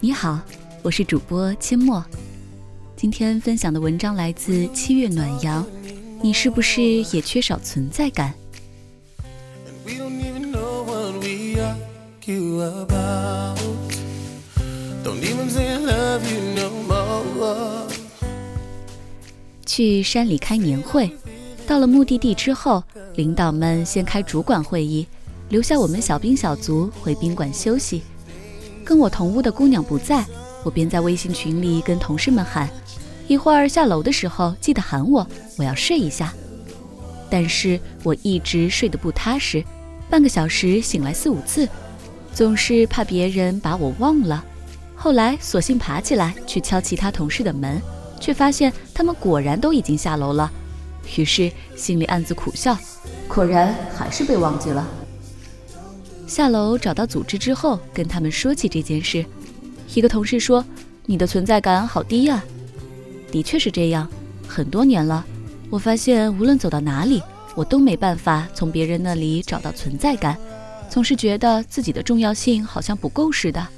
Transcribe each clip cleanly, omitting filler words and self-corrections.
你好，我是主播阡陌。今天分享的文章来自7月暖阳。你是不是也缺少存在感？去山里开年会，到了目的地之后，领导们先开主管会议，留下我们小兵小卒回宾馆休息。跟我同屋的姑娘不在，我便在微信群里跟同事们喊，一会儿下楼的时候记得喊我，我要睡一下。但是我一直睡得不踏实，半个小时醒来4、5次，总是怕别人把我忘了。后来索性爬起来去敲其他同事的门，却发现他们果然都已经下楼了，于是心里暗自苦笑，果然还是被忘记了。下楼找到组织之后，跟他们说起这件事，一个同事说，你的存在感好低啊。的确是这样，很多年了，我发现无论走到哪里，我都没办法从别人那里找到存在感，总是觉得自己的重要性好像不够似的。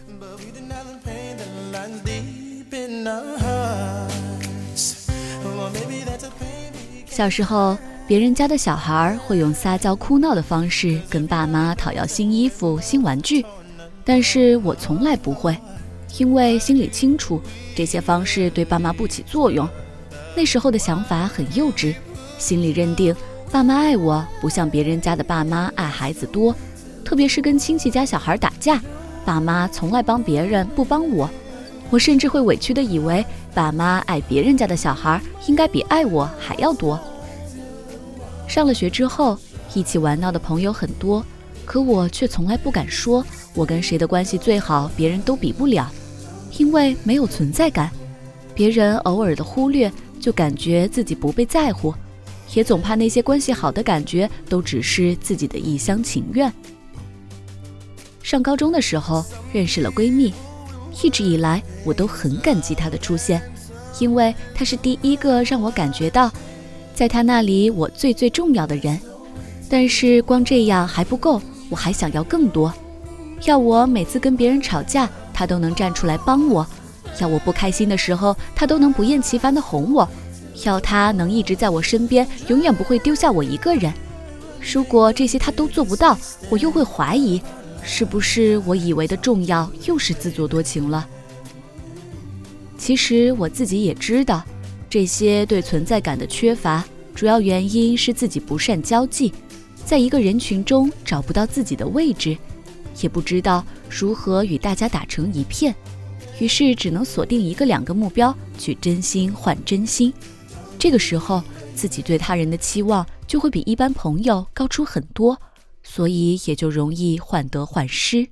小时候，别人家的小孩会用撒娇哭闹的方式跟爸妈讨要新衣服、新玩具，但是我从来不会，因为心里清楚这些方式对爸妈不起作用。那时候的想法很幼稚，心里认定爸妈爱我不像别人家的爸妈爱孩子多，特别是跟亲戚家小孩打架，爸妈从来帮别人不帮我。我甚至会委屈地以为爸妈爱别人家的小孩应该比爱我还要多。上了学之后，一起玩闹的朋友很多，可我却从来不敢说我跟谁的关系最好，别人都比不了，因为没有存在感。别人偶尔的忽略，就感觉自己不被在乎，也总怕那些关系好的感觉都只是自己的一厢情愿。上高中的时候认识了闺蜜，一直以来我都很感激她的出现，因为她是第一个让我感觉到在她那里我最重要的人。但是光这样还不够，我还想要更多。要我每次跟别人吵架，她都能站出来帮我；要我不开心的时候，她都能不厌其烦地哄我；要她能一直在我身边，永远不会丢下我一个人。如果这些她都做不到，我又会怀疑是不是我以为的重要又是自作多情了。其实我自己也知道，这些对存在感的缺乏，主要原因是自己不善交际，在一个人群中找不到自己的位置，也不知道如何与大家打成一片，于是只能锁定1个2个目标，去真心换真心。这个时候，自己对他人的期望就会比一般朋友高出很多，所以也就容易患得患失。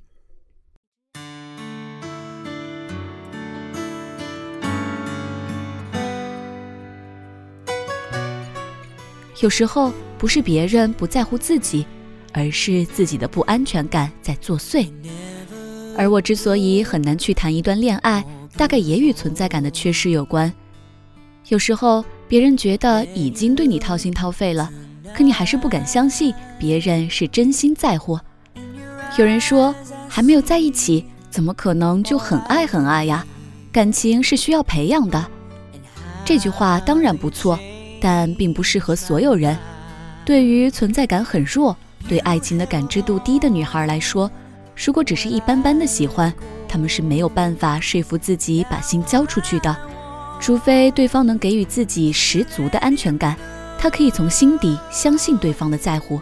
有时候不是别人不在乎自己，而是自己的不安全感在作祟。而我之所以很难去谈一段恋爱，大概也与存在感的缺失有关。有时候别人觉得已经对你掏心掏肺了，可你还是不敢相信别人是真心在乎。有人说，还没有在一起，怎么可能就很爱很爱呀？感情是需要培养的。这句话当然不错，但并不适合所有人。对于存在感很弱，对爱情的感知度低的女孩来说，如果只是一般般的喜欢，她们是没有办法说服自己把心交出去的，除非对方能给予自己十足的安全感，她可以从心底相信对方的在乎。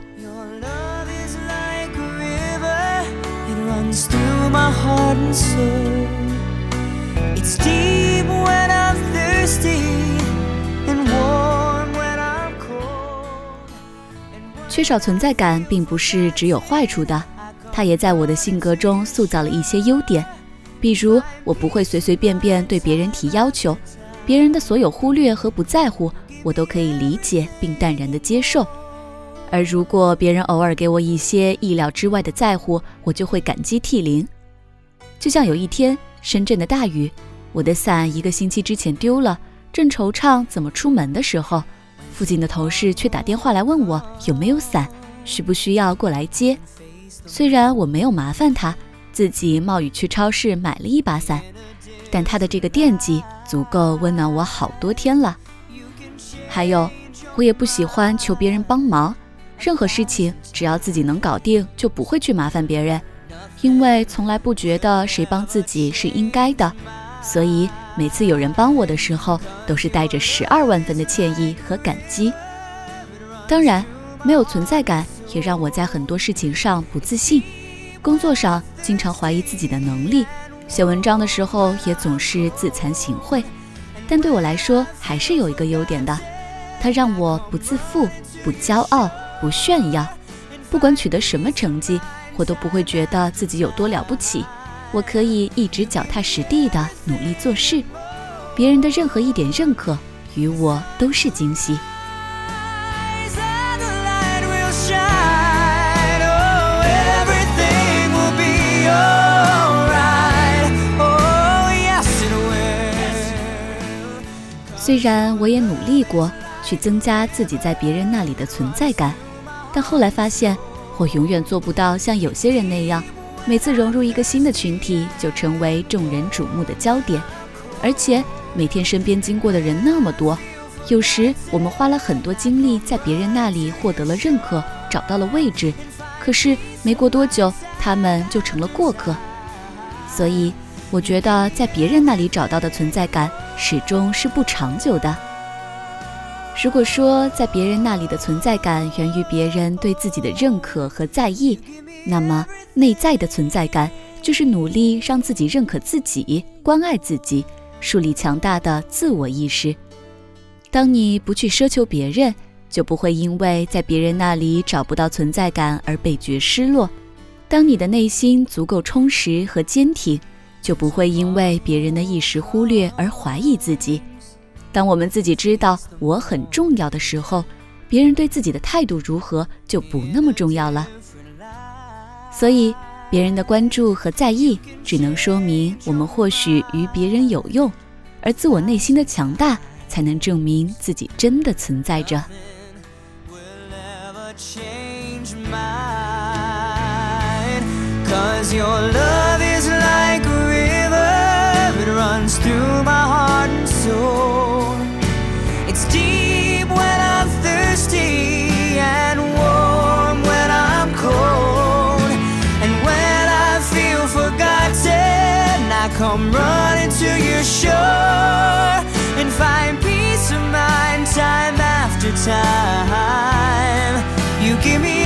缺少存在感并不是只有坏处的，它也在我的性格中塑造了一些优点。比如我不会随随便便对别人提要求，别人的所有忽略和不在乎，我都可以理解并淡然地接受。而如果别人偶尔给我一些意料之外的在乎，我就会感激涕零。就像有一天深圳的大雨，我的伞1个星期之前丢了，正惆怅怎么出门的时候，附近的同事却打电话来问我有没有伞，需不需要过来接。虽然我没有麻烦他，自己冒雨去超市买了一把伞， 但他的这个惦记足够温暖我好多天了。还有，我也不喜欢求别人帮忙，任何事情只要自己能搞定，就不会去麻烦别人，因为从来不觉得谁帮自己是应该的，所以每次有人帮我的时候，都是带着12万分的歉意和感激。当然，没有存在感也让我在很多事情上不自信，工作上经常怀疑自己的能力，写文章的时候也总是自惭形秽。但对我来说还是有一个优点的，它让我不自负、不骄傲、不炫耀，不管取得什么成绩，我都不会觉得自己有多了不起，我可以一直脚踏实地地努力做事，别人的任何一点认可于我都是惊喜。虽然我也努力过去增加自己在别人那里的存在感，但后来发现我永远做不到像有些人那样，每次融入一个新的群体就成为众人瞩目的焦点，而且每天身边经过的人那么多，有时我们花了很多精力在别人那里获得了认可，找到了位置，可是没过多久他们就成了过客。所以我觉得在别人那里找到的存在感始终是不长久的。如果说在别人那里的存在感源于别人对自己的认可和在意，那么内在的存在感就是努力让自己认可自己，关爱自己，树立强大的自我意识。当你不去奢求别人，就不会因为在别人那里找不到存在感而倍觉失落。当你的内心足够充实和坚挺，就不会因为别人的一时忽略而怀疑自己。当我们自己知道我很重要的时候，别人对自己的态度如何就不那么重要了。所以别人的关注和在意只能说明我们或许与别人有用，而自我内心的强大才能证明自己真的存在着。 Cause your love is like a river, it runs through my heart and soul. It's deep when I'm thirsty and warm when I'm cold. And when I feel forgotten, I come running to your shore and find peace of mind time after time. You give me